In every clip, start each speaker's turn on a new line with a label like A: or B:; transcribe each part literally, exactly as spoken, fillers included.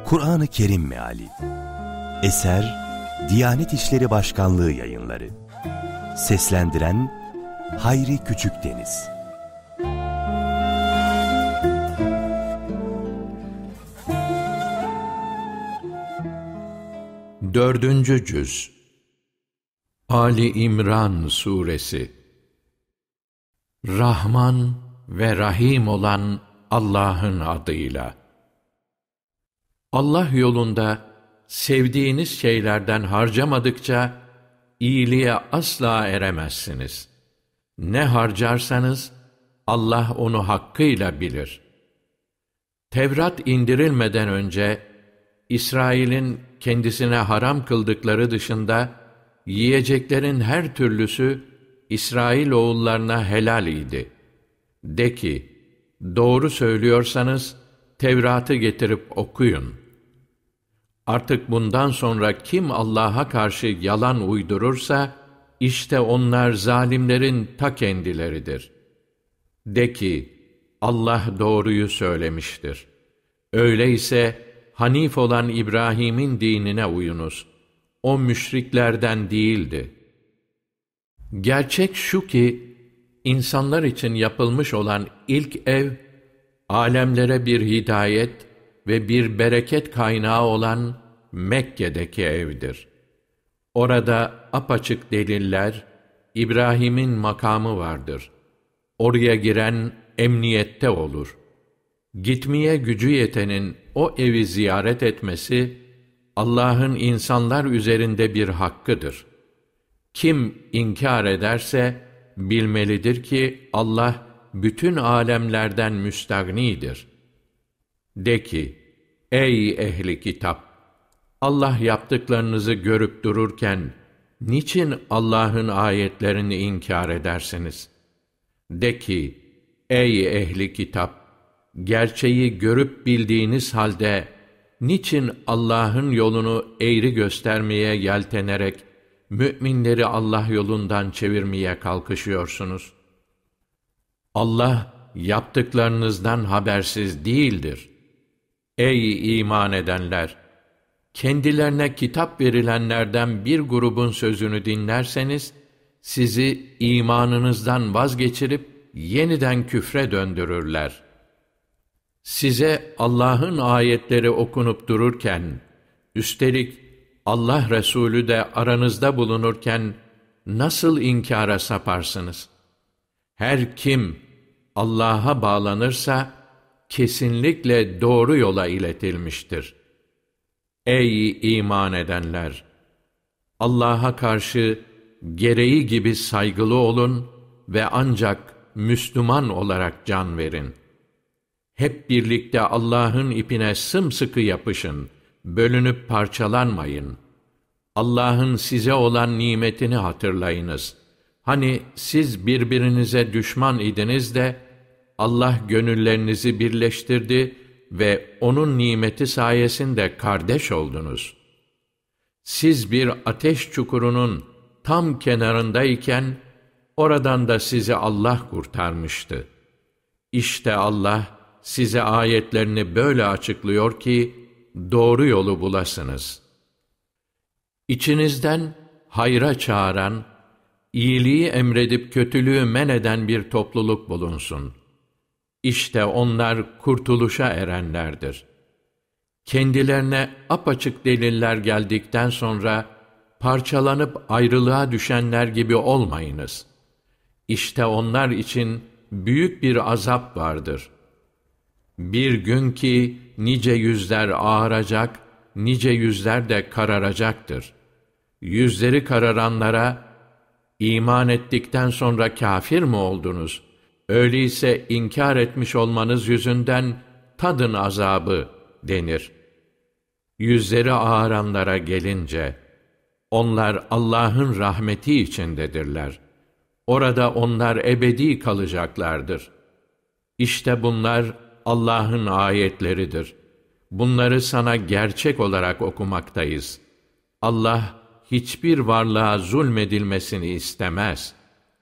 A: Kur'an-ı Kerim Meali. Eser Diyanet İşleri Başkanlığı Yayınları. Seslendiren Hayri Küçükdeniz.
B: Dördüncü Cüz Ali İmran Suresi. Rahman ve Rahim olan Allah'ın adıyla. Allah yolunda sevdiğiniz şeylerden harcamadıkça iyiliğe asla eremezsiniz. Ne harcarsanız Allah onu hakkıyla bilir. Tevrat indirilmeden önce İsrail'in kendisine haram kıldıkları dışında yiyeceklerin her türlüsü İsrail oğullarına helal idi. De ki, doğru söylüyorsanız Tevrat'ı getirip okuyun. Artık bundan sonra kim Allah'a karşı yalan uydurursa, işte onlar zalimlerin ta kendileridir. De ki, Allah doğruyu söylemiştir. Öyleyse Hanif olan İbrahim'in dinine uyunuz. O müşriklerden değildi. Gerçek şu ki, insanlar için yapılmış olan ilk ev, alemlere bir hidayet ve bir bereket kaynağı olan Mekke'deki evdir. Orada apaçık deliller, İbrahim'in makamı vardır. Oraya giren emniyette olur. Gitmeye gücü yetenin o evi ziyaret etmesi, Allah'ın insanlar üzerinde bir hakkıdır. Kim inkar ederse, bilmelidir ki Allah, bütün alemlerden müstagnidir. De ki, ey ehli kitap! Allah yaptıklarınızı görüp dururken, niçin Allah'ın ayetlerini inkar edersiniz? De ki, ey ehli kitap! Gerçeği görüp bildiğiniz halde, niçin Allah'ın yolunu eğri göstermeye yeltenerek, müminleri Allah yolundan çevirmeye kalkışıyorsunuz? Allah, yaptıklarınızdan habersiz değildir. Ey iman edenler! Kendilerine kitap verilenlerden bir grubun sözünü dinlerseniz, sizi imanınızdan vazgeçirip yeniden küfre döndürürler. Size Allah'ın ayetleri okunup dururken, üstelik Allah Resulü de aranızda bulunurken, nasıl inkara saparsınız? Her kim Allah'a bağlanırsa, kesinlikle doğru yola iletilmiştir. Ey iman edenler! Allah'a karşı gereği gibi saygılı olun ve ancak Müslüman olarak can verin. Hep birlikte Allah'ın ipine sımsıkı yapışın, bölünüp parçalanmayın. Allah'ın size olan nimetini hatırlayınız. Hani siz birbirinize düşman idiniz de, Allah gönüllerinizi birleştirdi ve O'nun nimeti sayesinde kardeş oldunuz. Siz bir ateş çukurunun tam kenarındayken, oradan da sizi Allah kurtarmıştı. İşte Allah, size ayetlerini böyle açıklıyor ki, doğru yolu bulasınız. İçinizden hayra çağıran, iyiliği emredip kötülüğü men eden bir topluluk bulunsun. İşte onlar kurtuluşa erenlerdir. Kendilerine apaçık deliller geldikten sonra, parçalanıp ayrılığa düşenler gibi olmayınız. İşte onlar için büyük bir azap vardır. Bir gün ki nice yüzler ağaracak, nice yüzler de kararacaktır. Yüzleri kararanlara, iman ettikten sonra kâfir mi oldunuz? Öyleyse inkar etmiş olmanız yüzünden tadın azabı denir. Yüzleri ağaranlara gelince, onlar Allah'ın rahmeti içindedirler. Orada onlar ebedi kalacaklardır. İşte bunlar Allah'ın ayetleridir. Bunları sana gerçek olarak okumaktayız. Allah hiçbir varlığa zulmedilmesini istemez.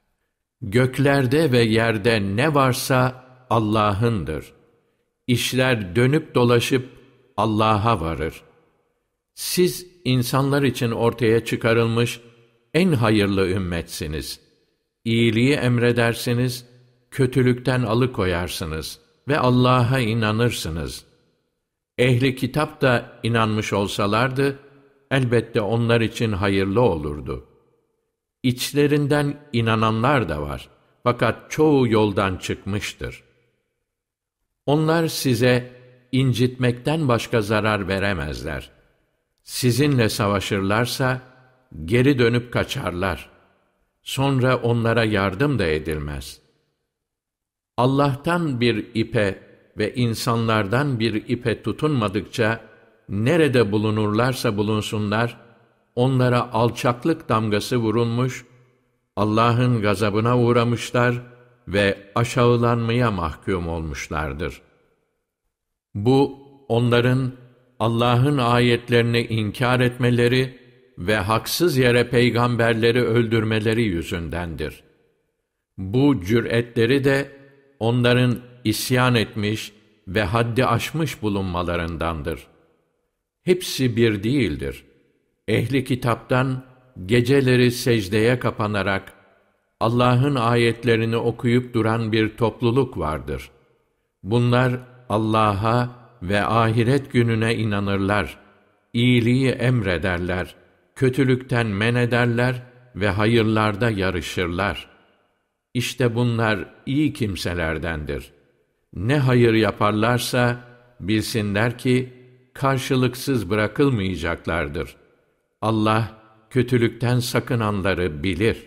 B: Göklerde ve yerde ne varsa Allah'ındır. İşler dönüp dolaşıp Allah'a varır. Siz insanlar için ortaya çıkarılmış en hayırlı ümmetsiniz. İyiliği emredersiniz, kötülükten alıkoyarsınız ve Allah'a inanırsınız. Ehli kitap da inanmış olsalardı, elbette onlar için hayırlı olurdu. İçlerinden inananlar da var, fakat çoğu yoldan çıkmıştır. Onlar size incitmekten başka zarar veremezler. Sizinle savaşırlarsa geri dönüp kaçarlar. Sonra onlara yardım da edilmez. Allah'tan bir ipe ve insanlardan bir ipe tutunmadıkça nerede bulunurlarsa bulunsunlar, onlara alçaklık damgası vurulmuş, Allah'ın gazabına uğramışlar ve aşağılanmaya mahkum olmuşlardır. Bu, onların Allah'ın ayetlerini inkar etmeleri ve haksız yere peygamberleri öldürmeleri yüzündendir. Bu cüretleri de onların isyan etmiş ve haddi aşmış bulunmalarındandır. Hepsi bir değildir. Ehli kitaptan geceleri secdeye kapanarak Allah'ın ayetlerini okuyup duran bir topluluk vardır. Bunlar Allah'a ve ahiret gününe inanırlar, iyiliği emrederler, kötülükten men ederler ve hayırlarda yarışırlar. İşte bunlar iyi kimselerdendir. Ne hayır yaparlarsa bilsinler ki karşılıksız bırakılmayacaklardır. Allah kötülükten sakınanları bilir.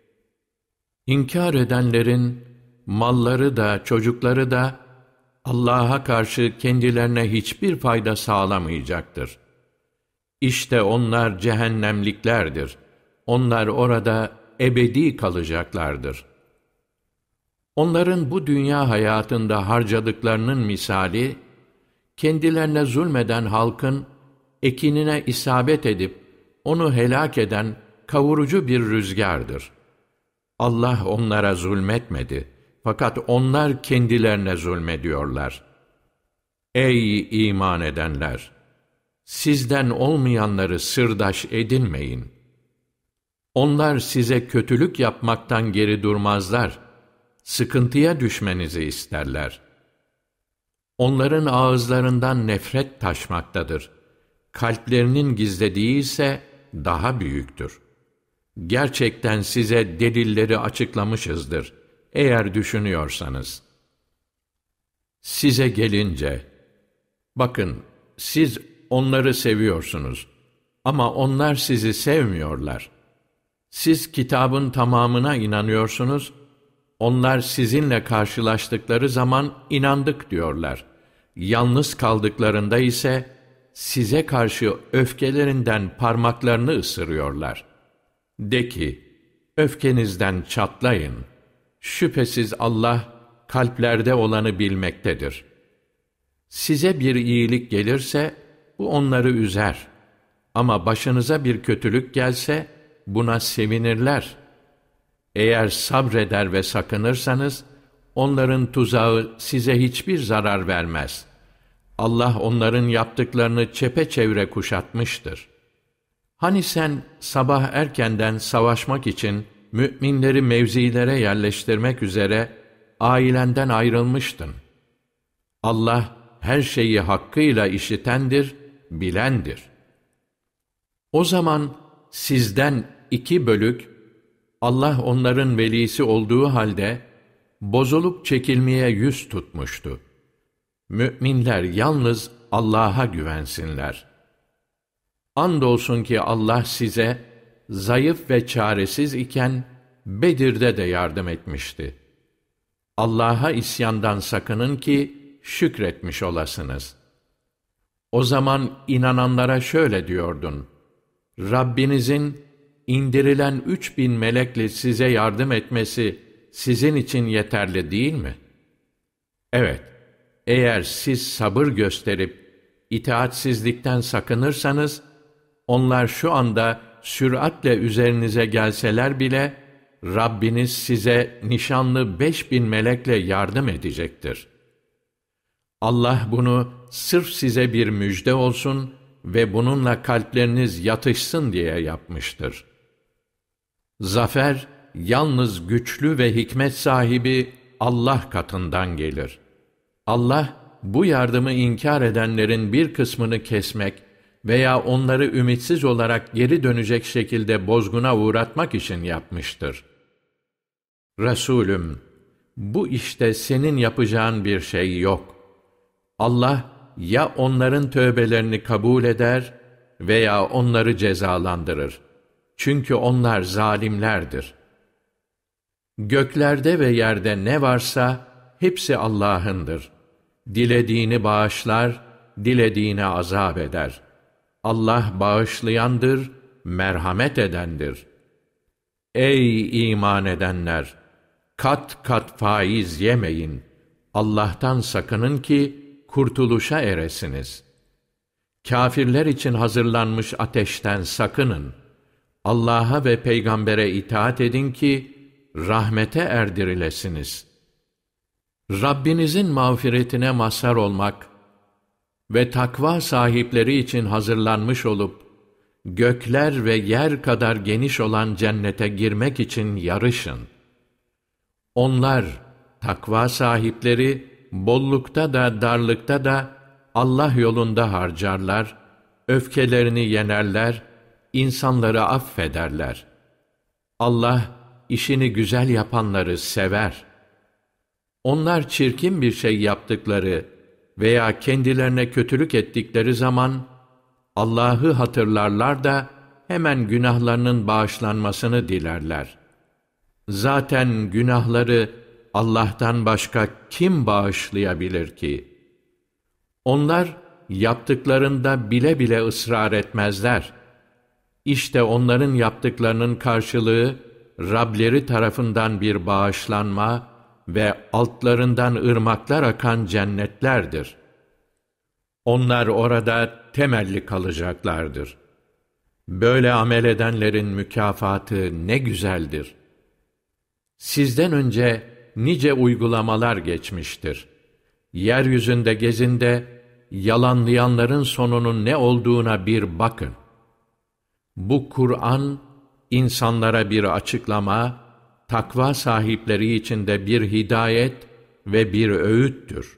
B: İnkar edenlerin malları da çocukları da Allah'a karşı kendilerine hiçbir fayda sağlamayacaktır. İşte onlar cehennemliklerdir. Onlar orada ebedi kalacaklardır. Onların bu dünya hayatında harcadıklarının misali, kendilerine zulmeden halkın ekinine isabet edip onu helak eden kavurucu bir rüzgardır. Allah onlara zulmetmedi, fakat onlar kendilerine zulmediyorlar. Ey iman edenler! Sizden olmayanları sırdaş edinmeyin. Onlar size kötülük yapmaktan geri durmazlar, sıkıntıya düşmenizi isterler. Onların ağızlarından nefret taşmaktadır. Kalplerinin gizlediği ise daha büyüktür. Gerçekten size delilleri açıklamışızdır, eğer düşünüyorsanız. Size gelince, bakın siz onları seviyorsunuz ama onlar sizi sevmiyorlar. Siz kitabın tamamına inanıyorsunuz, onlar sizinle karşılaştıkları zaman inandık diyorlar. Yalnız kaldıklarında ise size karşı öfkelerinden parmaklarını ısırıyorlar. De ki, öfkenizden çatlayın. Şüphesiz Allah kalplerde olanı bilmektedir. Size bir iyilik gelirse bu onları üzer. Ama başınıza bir kötülük gelse buna sevinirler. Eğer sabreder ve sakınırsanız onların tuzağı size hiçbir zarar vermez. Allah onların yaptıklarını çepeçevre kuşatmıştır. Hani sen sabah erkenden savaşmak için müminleri mevzilere yerleştirmek üzere ailenden ayrılmıştın. Allah her şeyi hakkıyla işitendir, bilendir. O zaman sizden iki bölük, Allah onların velisi olduğu halde bozulup çekilmeye yüz tutmuştu. Müminler yalnız Allah'a güvensinler. Andolsun ki Allah size zayıf ve çaresiz iken Bedir'de de yardım etmişti. Allah'a isyandan sakının ki şükretmiş olasınız. O zaman inananlara şöyle diyordun: Rabbinizin indirilen üç bin melekle size yardım etmesi sizin için yeterli değil mi? Evet, eğer siz sabır gösterip itaatsizlikten sakınırsanız, onlar şu anda süratle üzerinize gelseler bile, Rabbiniz size nişanlı beş bin melekle yardım edecektir. Allah bunu sırf size bir müjde olsun ve bununla kalpleriniz yatışsın diye yapmıştır. Zafer, yalnız güçlü ve hikmet sahibi Allah katından gelir. Allah, bu yardımı inkar edenlerin bir kısmını kesmek veya onları ümitsiz olarak geri dönecek şekilde bozguna uğratmak için yapmıştır. Resulüm, bu işte senin yapacağın bir şey yok. Allah, ya onların tövbelerini kabul eder veya onları cezalandırır. Çünkü onlar zalimlerdir. Göklerde ve yerde ne varsa hepsi Allah'ındır. Dilediğini bağışlar, dilediğine azap eder. Allah bağışlayandır, merhamet edendir. Ey iman edenler! Kat kat faiz yemeyin. Allah'tan sakının ki kurtuluşa eresiniz. Kâfirler için hazırlanmış ateşten sakının. Allah'a ve peygambere itaat edin ki rahmete erdirilesiniz. Rabbinizin mağfiretine mazhar olmak ve takva sahipleri için hazırlanmış olup gökler ve yer kadar geniş olan cennete girmek için yarışın. Onlar, takva sahipleri, bollukta da darlıkta da Allah yolunda harcarlar, öfkelerini yenerler, insanları affederler. Allah, işini güzel yapanları sever. Onlar çirkin bir şey yaptıkları veya kendilerine kötülük ettikleri zaman, Allah'ı hatırlarlar da hemen günahlarının bağışlanmasını dilerler. Zaten günahları Allah'tan başka kim bağışlayabilir ki? Onlar yaptıklarında bile bile ısrar etmezler. İşte onların yaptıklarının karşılığı, Rableri tarafından bir bağışlanma ve altlarından ırmaklar akan cennetlerdir. Onlar orada temelli kalacaklardır. Böyle amel edenlerin mükafatı ne güzeldir. Sizden önce nice uygulamalar geçmiştir. Yeryüzünde gezin de yalanlayanların sonunun ne olduğuna bir bakın. Bu Kur'an, insanlara bir açıklama, takva sahipleri için de bir hidayet ve bir öğüttür.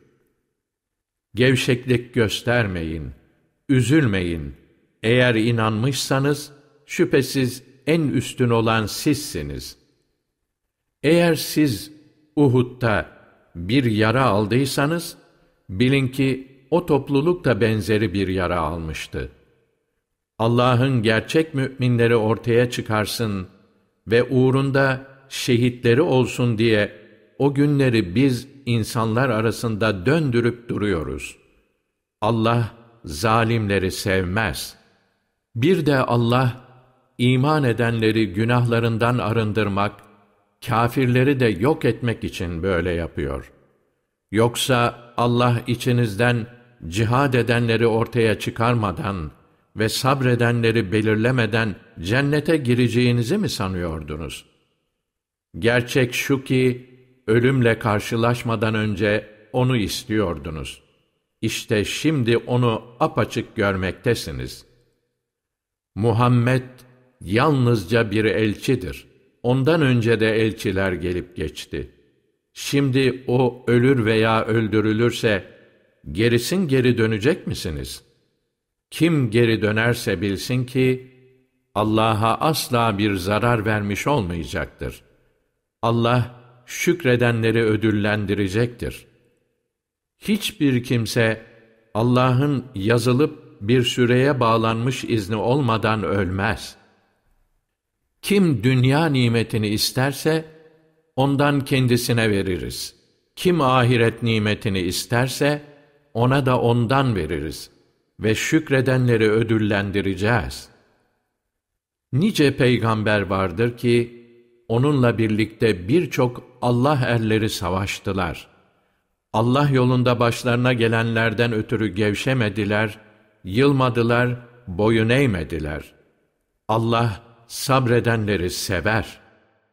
B: Gevşeklik göstermeyin, üzülmeyin. Eğer inanmışsanız, şüphesiz en üstün olan sizsiniz. Eğer siz Uhud'da bir yara aldıysanız, bilin ki o topluluk da benzeri bir yara almıştı. Allah'ın gerçek müminleri ortaya çıkarsın ve uğrunda şehitleri olsun diye o günleri biz insanlar arasında döndürüp duruyoruz. Allah zalimleri sevmez. Bir de Allah, iman edenleri günahlarından arındırmak, kâfirleri de yok etmek için böyle yapıyor. Yoksa Allah içinizden cihad edenleri ortaya çıkarmadan ve sabredenleri belirlemeden cennete gireceğinizi mi sanıyordunuz? Gerçek şu ki, ölümle karşılaşmadan önce onu istiyordunuz. İşte şimdi onu apaçık görmektesiniz. Muhammed yalnızca bir elçidir. Ondan önce de elçiler gelip geçti. Şimdi o ölür veya öldürülürse, gerisin geri dönecek misiniz? Kim geri dönerse bilsin ki, Allah'a asla bir zarar vermiş olmayacaktır. Allah, şükredenleri ödüllendirecektir. Hiçbir kimse, Allah'ın yazılıp bir süreye bağlanmış izni olmadan ölmez. Kim dünya nimetini isterse, ondan kendisine veririz. Kim ahiret nimetini isterse, ona da ondan veririz ve şükredenleri ödüllendireceğiz. Nice peygamber vardır ki, onunla birlikte birçok Allah erleri savaştılar. Allah yolunda başlarına gelenlerden ötürü gevşemediler, yılmadılar, boyun eğmediler. Allah sabredenleri sever.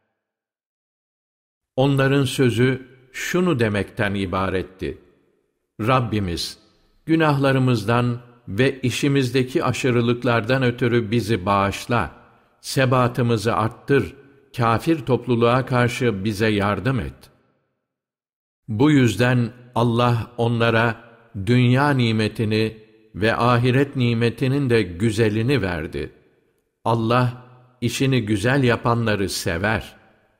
B: Onların sözü şunu demekten ibaretti: Rabbimiz, günahlarımızdan ve işimizdeki aşırılıklardan ötürü bizi bağışla, sebatımızı arttır, kâfir topluluğa karşı bize yardım et. Bu yüzden Allah onlara dünya nimetini ve ahiret nimetinin de güzelini verdi. Allah işini güzel yapanları sever.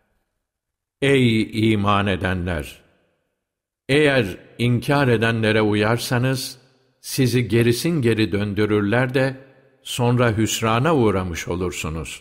B: Ey iman edenler! Eğer inkar edenlere uyarsanız, sizi gerisin geri döndürürler de, sonra hüsrana uğramış olursunuz.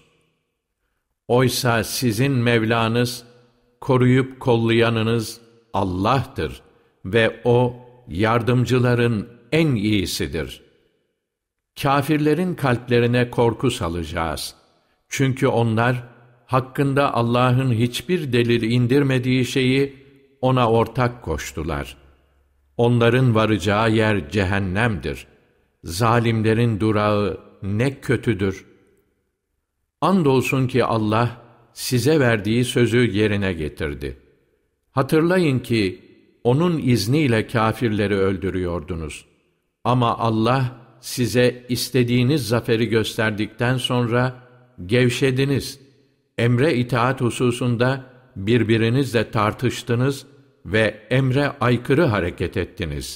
B: Oysa sizin Mevlanız, koruyup kollayanınız Allah'tır ve O, yardımcıların en iyisidir. Kâfirlerin kalplerine korku salacağız. Çünkü onlar, hakkında Allah'ın hiçbir delil indirmediği şeyi ona ortak koştular. Onların varacağı yer cehennemdir. Zalimlerin durağı ne kötüdür. Andolsun ki Allah size verdiği sözü yerine getirdi. Hatırlayın ki O'nun izniyle kâfirleri öldürüyordunuz. Ama Allah size istediğiniz zaferi gösterdikten sonra gevşediniz. Emre itaat hususunda birbirinizle tartıştınız ve emre aykırı hareket ettiniz.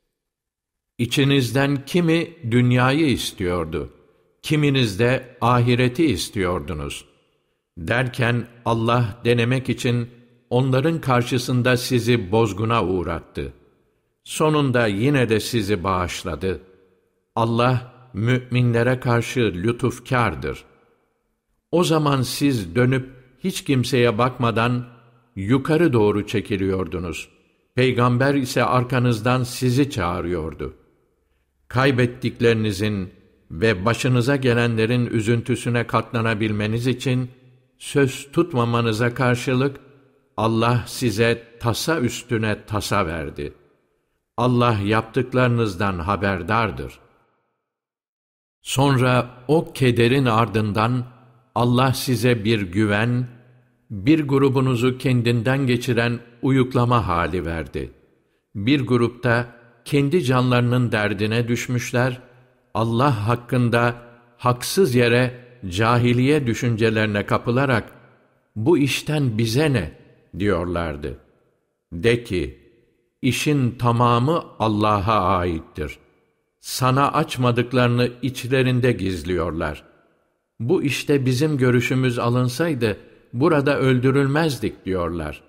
B: İçinizden kimi dünyayı istiyordu, kiminiz de ahireti istiyordunuz. Derken Allah denemek için onların karşısında sizi bozguna uğrattı. Sonunda yine de sizi bağışladı. Allah müminlere karşı lütufkârdır. O zaman siz dönüp hiç kimseye bakmadan yukarı doğru çekiliyordunuz. Peygamber ise arkanızdan sizi çağırıyordu. Kaybettiklerinizin ve başınıza gelenlerin üzüntüsüne katlanabilmeniz için söz tutmamanıza karşılık Allah size tasa üstüne tasa verdi. Allah yaptıklarınızdan haberdardır. Sonra o kederin ardından Allah size bir güven, bir grubunuzu kendinden geçiren uyuklama hali verdi. Bir grupta kendi canlarının derdine düşmüşler, Allah hakkında haksız yere cahiliye düşüncelerine kapılarak, bu işten bize ne diyorlardı. De ki, işin tamamı Allah'a aittir. Sana açmadıklarını içlerinde gizliyorlar. Bu işte bizim görüşümüz alınsaydı, burada öldürülmezdik diyorlar.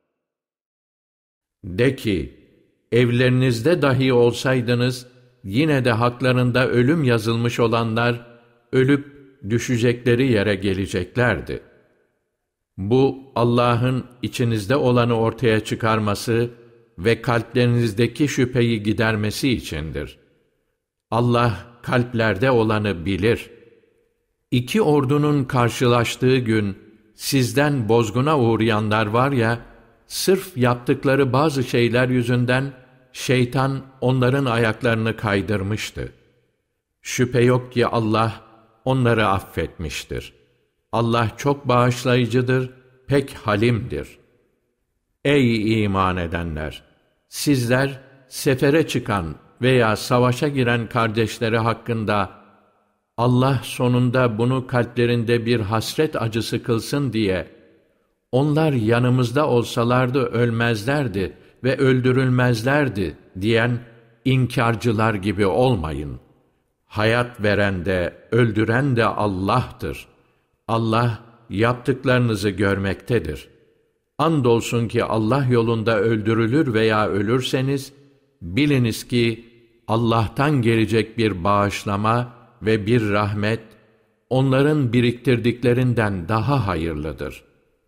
B: De ki, evlerinizde dahi olsaydınız, yine de haklarında ölüm yazılmış olanlar, ölüp düşecekleri yere geleceklerdi. Bu, Allah'ın içinizde olanı ortaya çıkarması ve kalplerinizdeki şüpheyi gidermesi içindir. Allah, kalplerde olanı bilir. İki ordunun karşılaştığı gün, sizden bozguna uğrayanlar var ya, sırf yaptıkları bazı şeyler yüzünden, şeytan onların ayaklarını kaydırmıştı. Şüphe yok ki Allah, onları affetmiştir. Allah çok bağışlayıcıdır, pek halimdir. Ey iman edenler! Sizler, sefere çıkan veya savaşa giren kardeşleri hakkında, Allah sonunda bunu kalplerinde bir hasret acısı kılsın diye, onlar yanımızda olsalardı ölmezlerdi ve öldürülmezlerdi diyen inkarcılar gibi olmayın. Hayat veren de, öldüren de Allah'tır. Allah yaptıklarınızı görmektedir. Andolsun ki Allah yolunda öldürülür veya ölürseniz, biliniz ki Allah'tan gelecek bir bağışlama ve bir rahmet, onların biriktirdiklerinden daha hayırlıdır.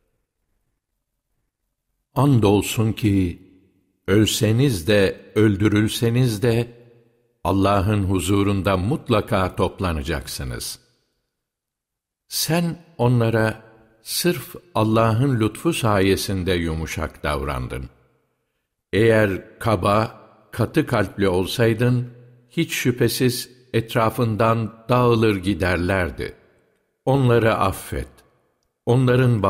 B: Andolsun ki, ölseniz de, öldürülseniz de, Allah'ın huzurunda mutlaka toplanacaksınız. Sen onlara, sırf Allah'ın lütfu sayesinde yumuşak davrandın. Eğer kaba, katı kalpli olsaydın, hiç şüphesiz etrafından dağılır giderlerdi. Onları affet, onların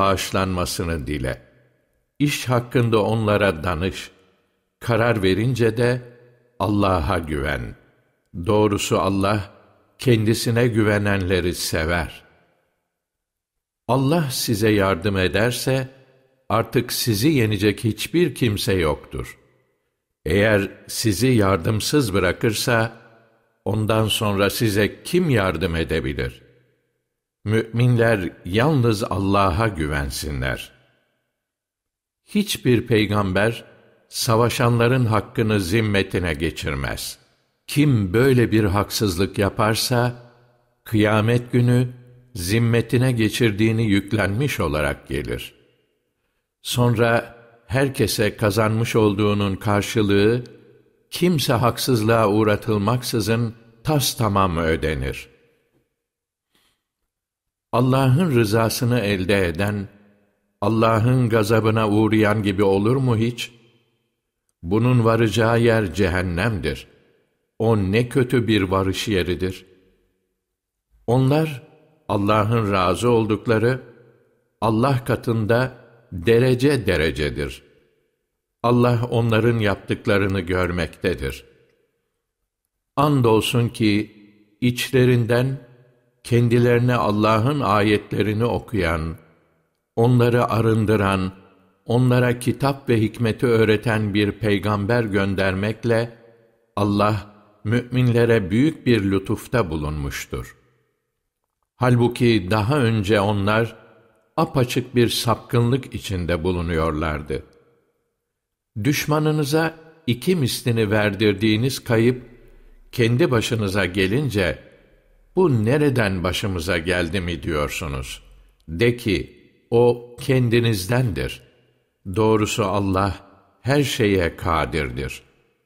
B: bağışlanmasını dile. İş hakkında onlara danış. Karar verince de Allah'a güven. Doğrusu Allah, kendisine güvenenleri sever. Allah size yardım ederse, artık sizi yenecek hiçbir kimse yoktur. Eğer sizi yardımsız bırakırsa, ondan sonra size kim yardım edebilir? Müminler yalnız Allah'a güvensinler. Hiçbir peygamber, savaşanların hakkını zimmetine geçirmez. Kim böyle bir haksızlık yaparsa, kıyamet günü zimmetine geçirdiğini yüklenmiş olarak gelir. Sonra herkese kazanmış olduğunun karşılığı, kimse haksızlığa uğratılmaksızın tastamam ödenir. Allah'ın rızasını elde eden, Allah'ın gazabına uğrayan gibi olur mu hiç? Bunun varacağı yer cehennemdir. O ne kötü bir varış yeridir. Onlar, Allah'ın razı oldukları, Allah katında derece derecedir. Allah onların yaptıklarını görmektedir. Andolsun ki, içlerinden kendilerine Allah'ın ayetlerini okuyan, onları arındıran, onlara kitap ve hikmeti öğreten bir peygamber göndermekle, Allah, müminlere büyük bir lütufta bulunmuştur. Halbuki daha önce onlar, apaçık bir sapkınlık içinde bulunuyorlardı. Düşmanınıza iki mislini verdirdiğiniz kayıp, kendi başınıza gelince, bu nereden başımıza geldi mi diyorsunuz? De ki, o kendinizdendir. Doğrusu Allah, her şeye kadirdir.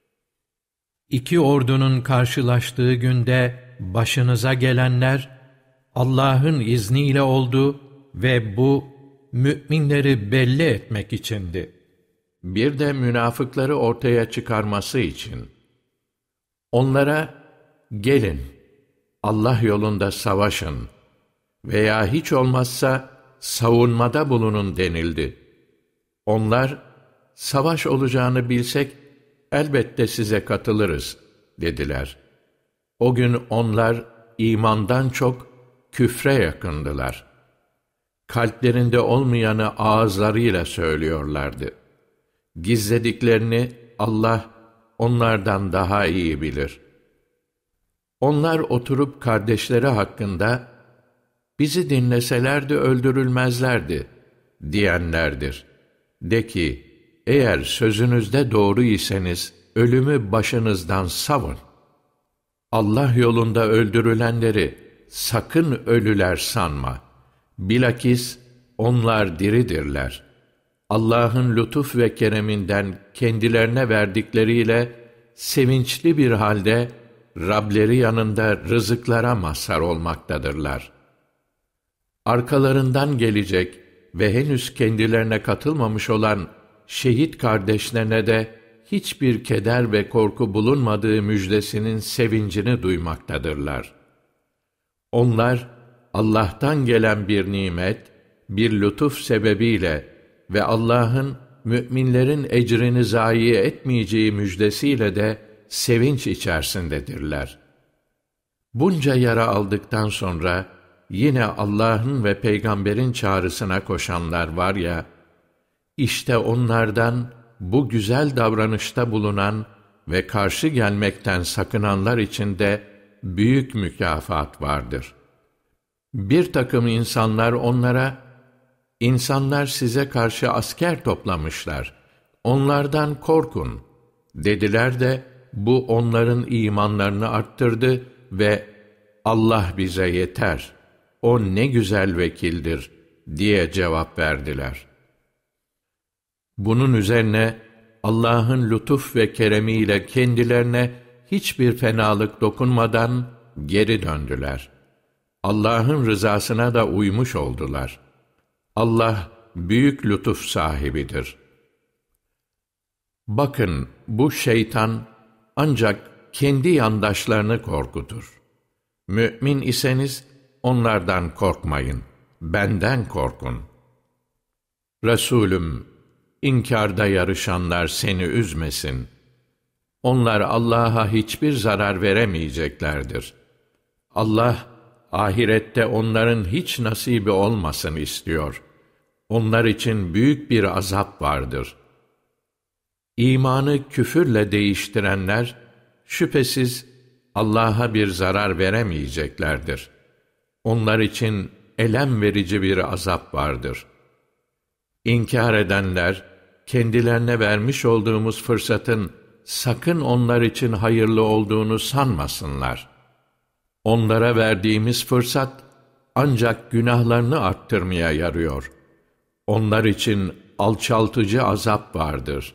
C: İki ordunun karşılaştığı günde başınıza gelenler, Allah'ın izniyle oldu ve bu, müminleri belli etmek içindi.
B: Bir de münafıkları ortaya çıkarması için. Onlara, gelin, Allah yolunda savaşın veya hiç olmazsa savunmada bulunun denildi. Onlar, savaş olacağını bilsek, elbette size katılırız, dediler. O gün onlar, imandan çok küfre yakındılar. Kalplerinde olmayanı ağızlarıyla söylüyorlardı. Gizlediklerini Allah, onlardan daha iyi bilir. Onlar oturup kardeşleri hakkında, bizi dinleselerdi öldürülmezlerdi, diyenlerdir. De ki, eğer sözünüzde doğru iseniz, ölümü başınızdan savun. Allah yolunda öldürülenleri, sakın ölüler sanma. Bilakis, onlar diridirler. Allah'ın lütuf ve kereminden kendilerine verdikleriyle, sevinçli bir halde, Rableri yanında rızıklara mazhar olmaktadırlar. Arkalarından gelecek ve henüz kendilerine katılmamış olan şehit kardeşlerine de hiçbir keder ve korku bulunmadığı müjdesinin sevincini duymaktadırlar. Onlar, Allah'tan gelen bir nimet, bir lütuf sebebiyle ve Allah'ın müminlerin ecrini zayi etmeyeceği müjdesiyle de sevinç içerisindedirler. Bunca yara aldıktan sonra yine Allah'ın ve peygamberin çağrısına koşanlar var ya, işte onlardan bu güzel davranışta bulunan ve karşı gelmekten sakınanlar için de büyük mükafat vardır. Bir takım insanlar onlara, İnsanlar size karşı asker toplamışlar, onlardan korkun, dediler de bu onların imanlarını arttırdı ve Allah bize yeter, o ne güzel vekildir diye cevap verdiler. Bunun üzerine Allah'ın lütuf ve keremiyle kendilerine hiçbir fenalık dokunmadan geri döndüler. Allah'ın rızasına da uymuş oldular. Allah büyük lütuf sahibidir. Bakın, bu şeytan ancak kendi yandaşlarını korkutur. Mümin iseniz onlardan korkmayın, benden korkun. Resulüm, İnkarda yarışanlar seni üzmesin. onlar Allah'a hiçbir zarar veremeyeceklerdir. Allah, ahirette onların hiç nasibi olmasın istiyor. Onlar için büyük bir azap vardır. İmanı küfürle değiştirenler, şüphesiz Allah'a bir zarar veremeyeceklerdir. Onlar için elem verici bir azap vardır. İnkar edenler, kendilerine vermiş olduğumuz fırsatın sakın onlar için hayırlı olduğunu sanmasınlar. Onlara verdiğimiz fırsat ancak günahlarını arttırmaya yarıyor. Onlar için alçaltıcı azap vardır.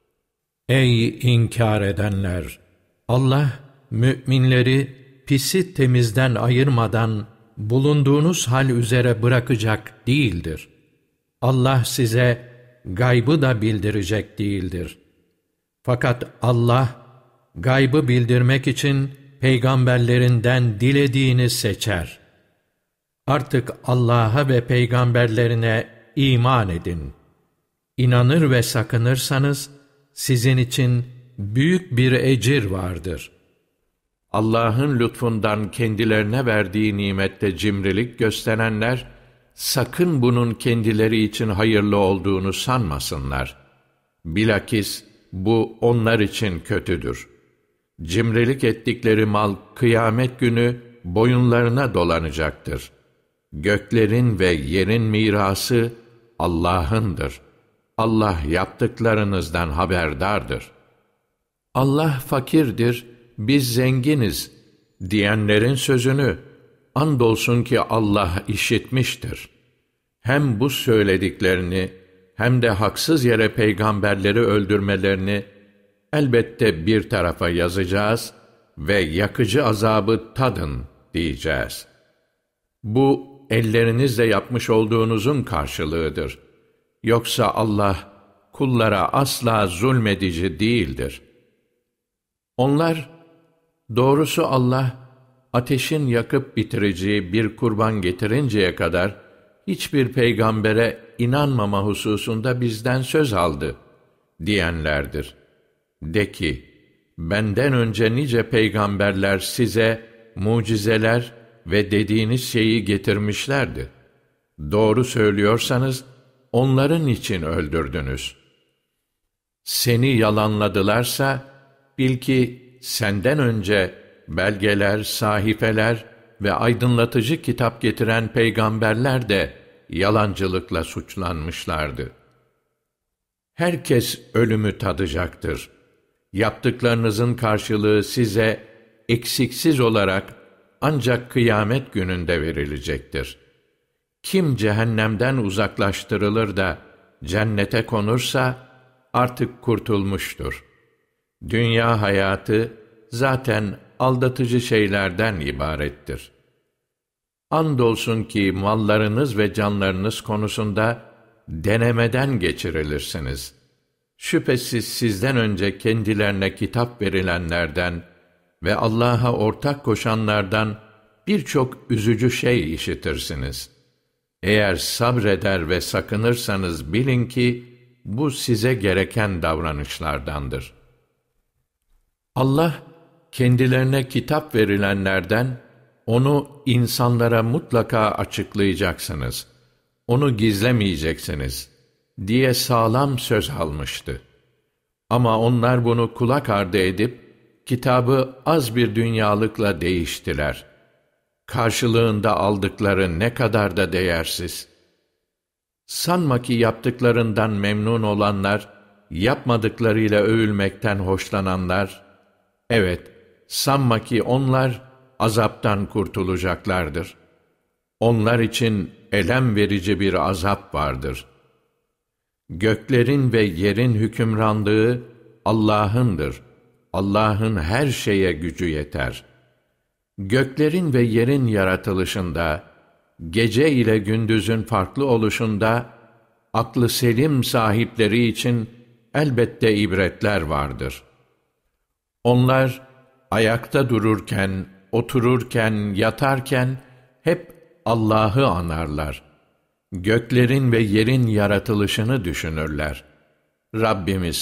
C: Ey inkar edenler! Allah, müminleri pisi temizden ayırmadan bulunduğunuz hal üzere bırakacak değildir. Allah size gaybı da bildirecek değildir. Fakat Allah, gaybı bildirmek için peygamberlerinden dilediğini seçer. Artık Allah'a ve peygamberlerine iman edin. İnanır ve sakınırsanız, sizin için büyük bir ecir vardır.
B: Allah'ın lütfundan kendilerine verdiği nimette cimrilik gösterenler, sakın bunun kendileri için hayırlı olduğunu sanmasınlar. Bilakis bu onlar için kötüdür. Cimrilik ettikleri mal kıyamet günü boyunlarına dolanacaktır. Göklerin ve yerin mirası Allah'ındır. Allah yaptıklarınızdan haberdardır. Allah fakirdir, biz zenginiz diyenlerin sözünü andolsun ki Allah işitmiştir. Hem bu söylediklerini hem de haksız yere peygamberleri öldürmelerini elbette bir tarafa yazacağız ve yakıcı azabı tadın diyeceğiz. Bu ellerinizle yapmış olduğunuzun karşılığıdır. Yoksa Allah kullara asla zulmedici değildir. Onlar, doğrusu Allah, ateşin yakıp bitireceği bir kurban getirinceye kadar hiçbir peygambere inanmama hususunda bizden söz aldı diyenlerdir. De ki, benden önce nice peygamberler size mucizeler ve dediğiniz şeyi getirmişlerdi. Doğru söylüyorsanız onların için öldürdünüz. Seni yalanladılarsa bil ki senden önce belgeler, sahifeler ve aydınlatıcı kitap getiren peygamberler de yalancılıkla suçlanmışlardı. Herkes ölümü tadacaktır. Yaptıklarınızın karşılığı size eksiksiz olarak ancak kıyamet gününde verilecektir. Kim cehennemden uzaklaştırılır da cennete konursa artık kurtulmuştur. Dünya hayatı zaten aldatıcı şeylerden ibarettir. Andolsun ki mallarınız ve canlarınız konusunda denemeden geçirilirsiniz. Şüphesiz sizden önce kendilerine kitap verilenlerden ve Allah'a ortak koşanlardan birçok üzücü şey işitirsiniz. Eğer sabreder ve sakınırsanız bilin ki bu size gereken davranışlardandır. Allah, kendilerine kitap verilenlerden, onu insanlara mutlaka açıklayacaksınız, onu gizlemeyeceksiniz diye sağlam söz almıştı. Ama onlar bunu kulak ardı edip, kitabı az bir dünyalıkla değiştiler. Karşılığında aldıkları ne kadar da değersiz. Sanma ki yaptıklarından memnun olanlar, yapmadıklarıyla övülmekten hoşlananlar, evet, sanma ki onlar azaptan kurtulacaklardır. Onlar için elem verici bir azap vardır. Göklerin ve yerin hükümranlığı Allah'ındır. Allah'ın her şeye gücü yeter. Göklerin ve yerin yaratılışında, gece ile gündüzün farklı oluşunda, aklı selim sahipleri için elbette ibretler vardır. Onlar, ayakta dururken, otururken, yatarken, hep Allah'ı anarlar. Göklerin ve yerin yaratılışını düşünürler. Rabbimiz,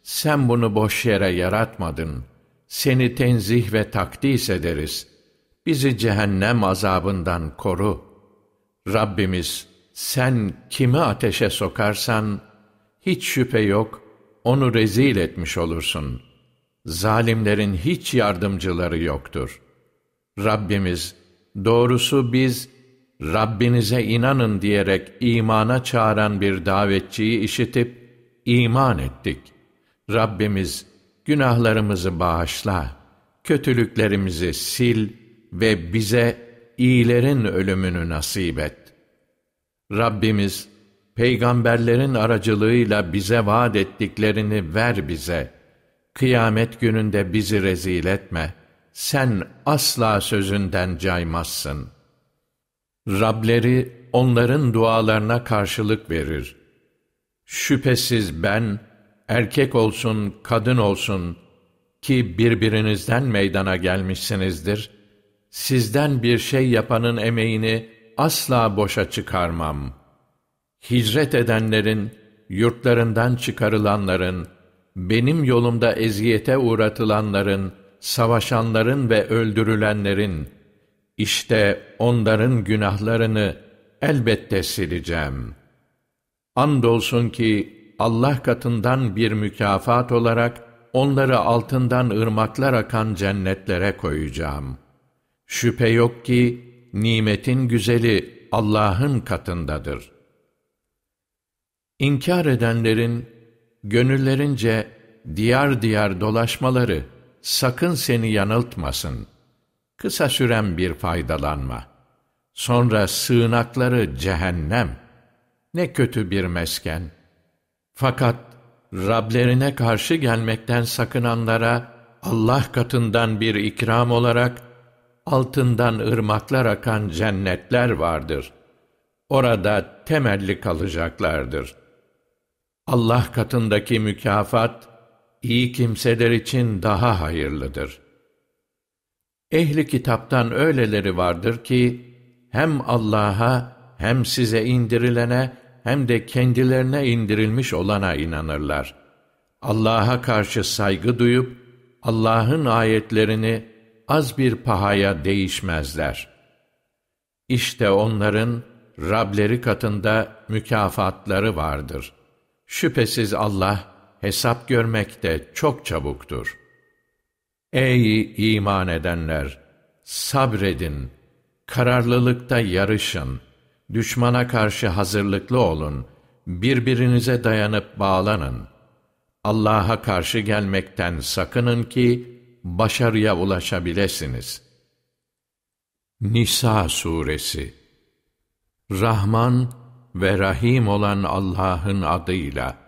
B: sen bunu boş yere yaratmadın. Seni tenzih ve takdis ederiz. Bizi cehennem azabından koru. Rabbimiz, sen kimi ateşe sokarsan, hiç şüphe yok, onu rezil etmiş olursun. Zalimlerin hiç yardımcıları yoktur. Rabbimiz, doğrusu biz, Rabbinize inanın diyerek imana çağıran bir davetçiyi işitip, iman ettik. Rabbimiz, günahlarımızı bağışla, kötülüklerimizi sil ve bize iyilerin ölümünü nasip et. Rabbimiz, peygamberlerin aracılığıyla bize vaat ettiklerini ver bize. Kıyamet gününde bizi rezil etme. Sen asla sözünden caymazsın. Rableri onların dualarına karşılık verir. Şüphesiz ben, erkek olsun, kadın olsun ki birbirinizden meydana gelmişsinizdir, sizden bir şey yapanın emeğini asla boşa çıkarmam. Hicret edenlerin, yurtlarından çıkarılanların, benim yolumda eziyete uğratılanların, savaşanların ve öldürülenlerin, işte onların günahlarını elbette sileceğim. Andolsun ki Allah katından bir mükafat olarak onları altından ırmaklar akan cennetlere koyacağım. Şüphe yok ki nimetin güzeli Allah'ın katındadır. İnkar edenlerin gönüllerince diyar diyar dolaşmaları sakın seni yanıltmasın. Kısa süren bir faydalanma. Sonra sığınakları cehennem. Ne kötü bir mesken. Fakat Rablerine karşı gelmekten sakınanlara Allah katından bir ikram olarak altından ırmaklar akan cennetler vardır. Orada temelli kalacaklardır. Allah katındaki mükafat, iyi kimseler için daha hayırlıdır. Ehli kitaptan öyleleri vardır ki, hem Allah'a hem size indirilene hem de kendilerine indirilmiş olana inanırlar. Allah'a karşı saygı duyup, Allah'ın ayetlerini az bir pahaya değişmezler. İşte onların Rableri katında mükafatları vardır. Şüphesiz Allah hesap görmekte çok çabuktur. Ey iman edenler! Sabredin, kararlılıkta yarışın, düşmana karşı hazırlıklı olun, birbirinize dayanıp bağlanın. Allah'a karşı gelmekten sakının ki başarıya ulaşabilesiniz. Nisa Suresi. Rahman ve Rahim olan Allah'ın adıyla.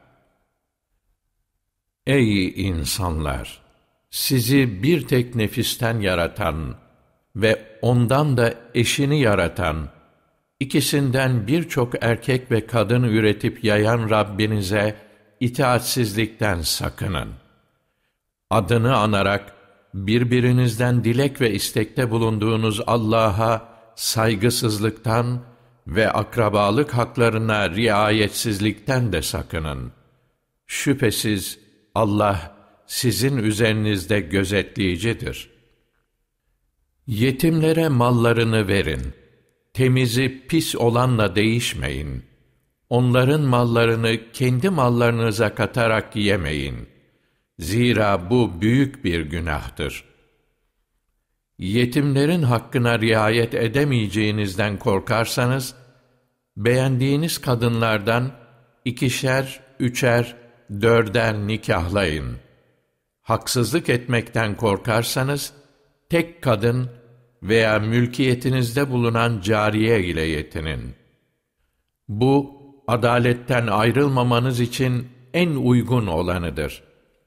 B: Ey insanlar! Sizi bir tek nefisten yaratan ve ondan da eşini yaratan, ikisinden birçok erkek ve kadın üretip yayan Rabbinize itaatsizlikten sakının. Adını anarak birbirinizden dilek ve istekte bulunduğunuz Allah'a saygısızlıktan ve akrabalık haklarına riayetsizlikten de sakının. Şüphesiz Allah sizin üzerinizde gözetleyicidir. Yetimlere mallarını verin. Temizi pis olanla değişmeyin. Onların mallarını kendi mallarınıza katarak yemeyin. Zira bu büyük bir günahtır. Yetimlerin hakkına riayet edemeyeceğinizden korkarsanız, beğendiğiniz kadınlardan ikişer, üçer, dörder nikahlayın. Haksızlık etmekten korkarsanız, tek kadın veya mülkiyetinizde bulunan cariye ile yetinin. Bu, adaletten ayrılmamanız için en uygun olanıdır.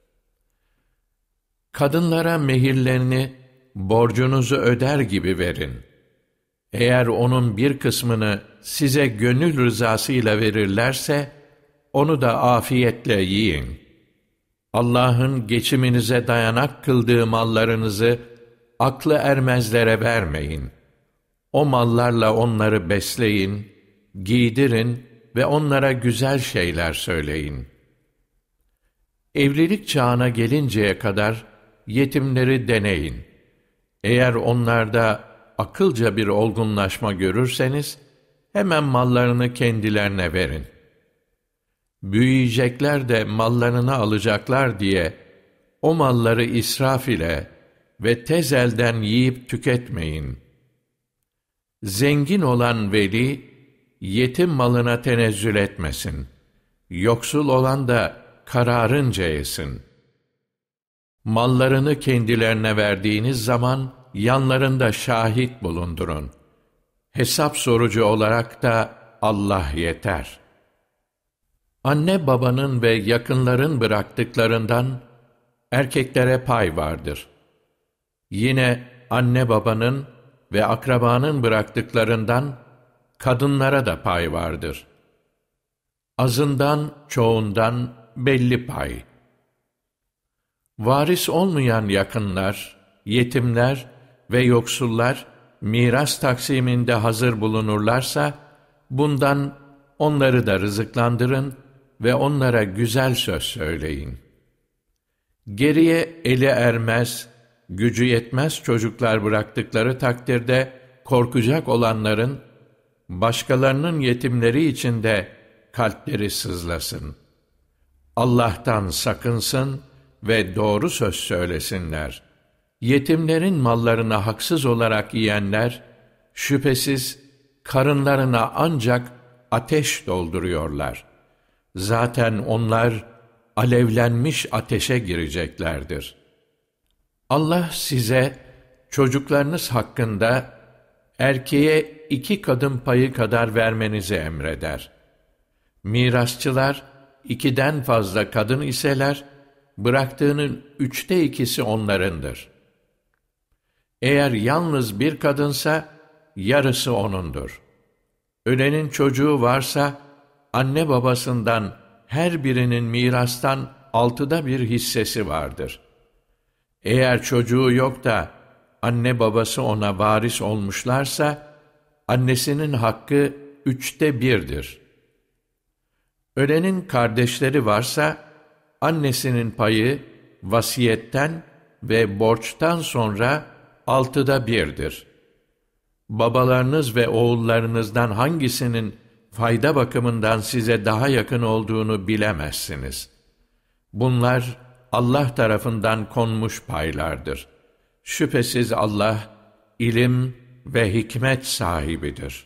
B: Kadınlara mehirlerini borcunuzu öder gibi verin. Eğer onun bir kısmını size gönül rızasıyla verirlerse, onu da afiyetle yiyin. Allah'ın geçiminize dayanak kıldığı mallarınızı aklı ermezlere vermeyin. O mallarla onları besleyin, giydirin ve onlara güzel şeyler söyleyin. Evlilik çağına gelinceye kadar yetimleri deneyin. Eğer onlarda akılca bir olgunlaşma görürseniz, hemen mallarını kendilerine verin. Büyüyecekler de mallarını alacaklar diye, o malları israf ile ve tez elden yiyip tüketmeyin. Zengin olan veli, yetim malına tenezzül etmesin. Yoksul olan da kararınca yesin. Mallarını kendilerine verdiğiniz zaman, yanlarında şahit bulundurun. Hesap sorucu olarak da Allah yeter. Anne babanın ve yakınların bıraktıklarından, erkeklere pay vardır. Yine anne babanın ve akrabanın bıraktıklarından, kadınlara da pay vardır. Azından, çoğundan belli pay. Varis olmayan yakınlar, yetimler ve yoksullar, miras taksiminde hazır bulunurlarsa, bundan onları da rızıklandırın ve onlara güzel söz söyleyin. Geriye eli ermez, gücü yetmez çocuklar bıraktıkları takdirde, korkacak olanların, başkalarının yetimleri için de kalpleri sızlasın. Allah'tan sakınsın ve doğru söz söylesinler. Yetimlerin mallarını haksız olarak yiyenler, şüphesiz karınlarına ancak ateş dolduruyorlar. Zaten onlar alevlenmiş ateşe gireceklerdir. Allah size çocuklarınız hakkında erkeğe iki kadın payı kadar vermenizi emreder. Mirasçılar ikiden fazla kadın iseler, bıraktığının üçte ikisi onlarındır. Eğer yalnız bir kadınsa, yarısı onundur. Ölenin çocuğu varsa, anne babasından her birinin mirastan altıda bir hissesi vardır. Eğer çocuğu yok da, anne babası ona varis olmuşlarsa, annesinin hakkı üçte birdir. Ölenin kardeşleri varsa, annesinin payı vasiyetten ve borçtan sonra altıda birdir. Babalarınız ve oğullarınızdan hangisinin fayda bakımından size daha yakın olduğunu bilemezsiniz. Bunlar Allah tarafından konmuş paylardır. Şüphesiz Allah, ilim ve hikmet sahibidir.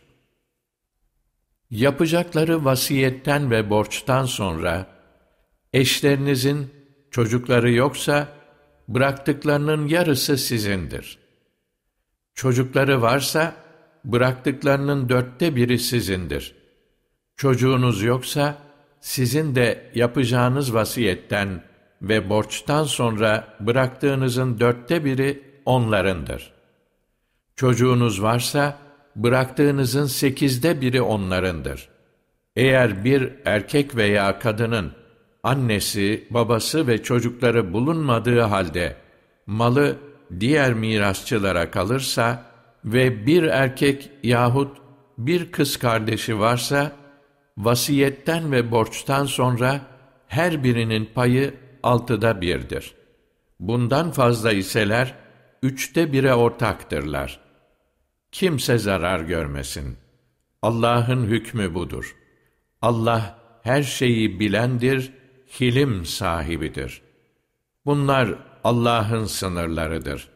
B: Yapacakları vasiyetten ve borçtan sonra, eşlerinizin çocukları yoksa, bıraktıklarının yarısı sizindir. Çocukları varsa, bıraktıklarının dörtte biri sizindir. Çocuğunuz yoksa, sizin de yapacağınız vasiyetten ve borçtan sonra bıraktığınızın dörtte biri onlarındır. Çocuğunuz varsa, bıraktığınızın sekizde biri onlarındır. Eğer bir erkek veya kadının annesi, babası ve çocukları bulunmadığı halde malı diğer mirasçılara kalırsa ve bir erkek yahut bir kız kardeşi varsa, vasiyetten ve borçtan sonra her birinin payı altıda birdir. Bundan fazla iseler, üçte bire ortaktırlar. Kimse zarar görmesin. Allah'ın hükmü budur. Allah her şeyi bilendir, hilim sahibidir. Bunlar Allah'ın sınırlarıdır.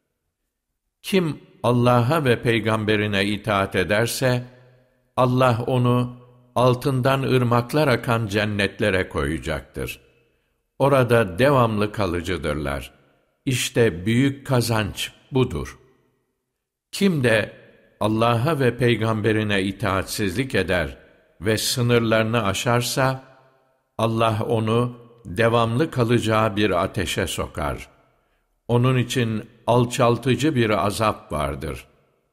B: Kim Allah'a ve peygamberine itaat ederse, Allah onu altından ırmaklar akan cennetlere koyacaktır. Orada devamlı kalıcıdırlar. İşte büyük kazanç budur. Kim de Allah'a ve peygamberine itaatsizlik eder ve sınırlarını aşarsa, Allah onu devamlı kalacağı bir ateşe sokar. Onun için alçaltıcı bir azap vardır.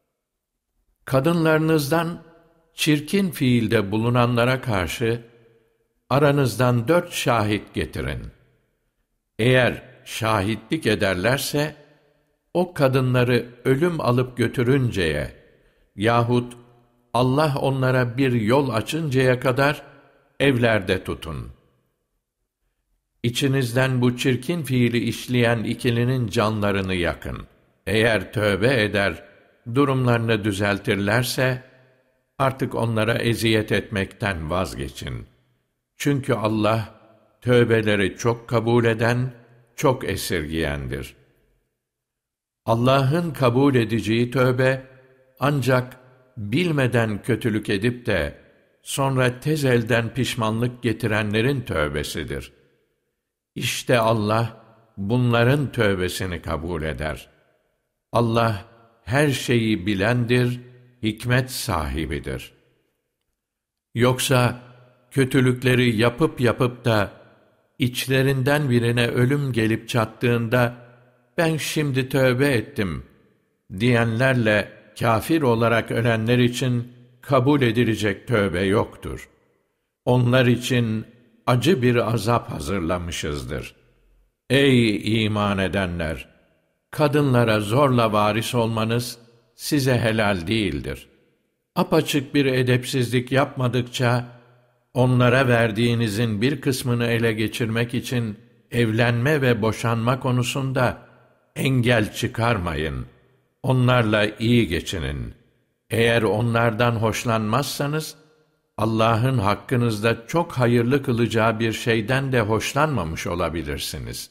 B: Kadınlarınızdan çirkin fiilde bulunanlara karşı aranızdan dört şahit getirin. Eğer şahitlik ederlerse, o kadınları ölüm alıp götürünceye yahut Allah onlara bir yol açıncaya kadar evlerde tutun. İçinizden bu çirkin fiili işleyen ikilinin canlarını yakın. Eğer tövbe eder, durumlarını düzeltirlerse, artık onlara eziyet etmekten vazgeçin. Çünkü Allah, tövbeleri çok kabul eden, çok esirgiyendir. Allah'ın kabul edeceği tövbe, ancak bilmeden kötülük edip de, sonra tez elden pişmanlık getirenlerin tövbesidir. İşte Allah, bunların tövbesini kabul eder. Allah, her şeyi bilendir, hikmet sahibidir. Yoksa, kötülükleri yapıp yapıp da, içlerinden birine ölüm gelip çattığında, ben şimdi tövbe ettim, diyenlerle kafir olarak ölenler için kabul edilecek tövbe yoktur. Onlar için acı bir azap hazırlamışızdır. Ey iman edenler! Kadınlara zorla varis olmanız size helal değildir. Apaçık bir edepsizlik yapmadıkça, onlara verdiğinizin bir kısmını ele geçirmek için evlenme ve boşanma konusunda engel çıkarmayın. Onlarla iyi geçinin. Eğer onlardan hoşlanmazsanız, Allah'ın hakkınızda çok hayırlı kılacağı bir şeyden de hoşlanmamış olabilirsiniz.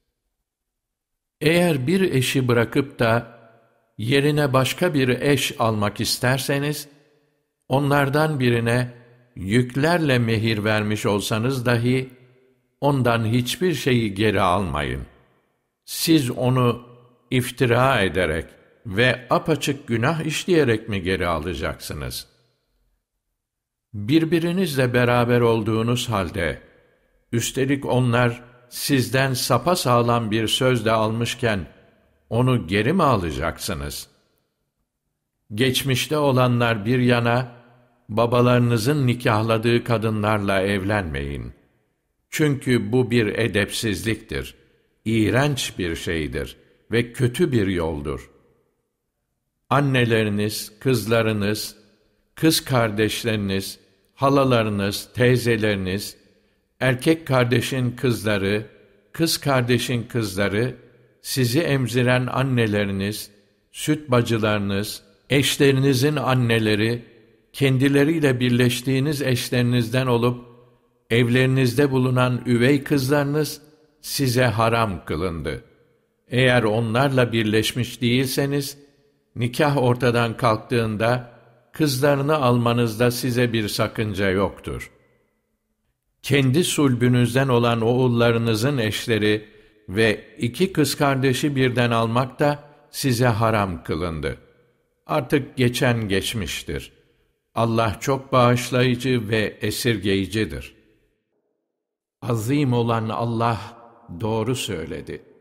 B: Eğer bir eşi bırakıp da yerine başka bir eş almak isterseniz, onlardan birine yüklerle mehir vermiş olsanız dahi, ondan hiçbir şeyi geri almayın. Siz onu iftira ederek ve apaçık günah işleyerek mi geri alacaksınız? Birbirinizle beraber olduğunuz halde, üstelik onlar sizden sapasağlam bir söz de almışken, onu geri mi alacaksınız? Geçmişte olanlar bir yana, babalarınızın nikahladığı kadınlarla evlenmeyin. Çünkü bu bir edepsizliktir, iğrenç bir şeydir ve kötü bir yoldur. Anneleriniz, kızlarınız, kız kardeşleriniz, halalarınız, teyzeleriniz, erkek kardeşin kızları, kız kardeşin kızları, sizi emziren anneleriniz, süt bacılarınız, eşlerinizin anneleri, kendileriyle birleştiğiniz eşlerinizden olup, evlerinizde bulunan üvey kızlarınız size haram kılındı. Eğer onlarla birleşmiş değilseniz, nikah ortadan kalktığında, kızlarını almanızda size bir sakınca yoktur. Kendi sulbünüzden olan oğullarınızın eşleri ve iki kız kardeşi birden almak da size haram kılındı. Artık geçen geçmiştir. Allah çok bağışlayıcı ve esirgeyicidir. Azim olan Allah doğru söyledi.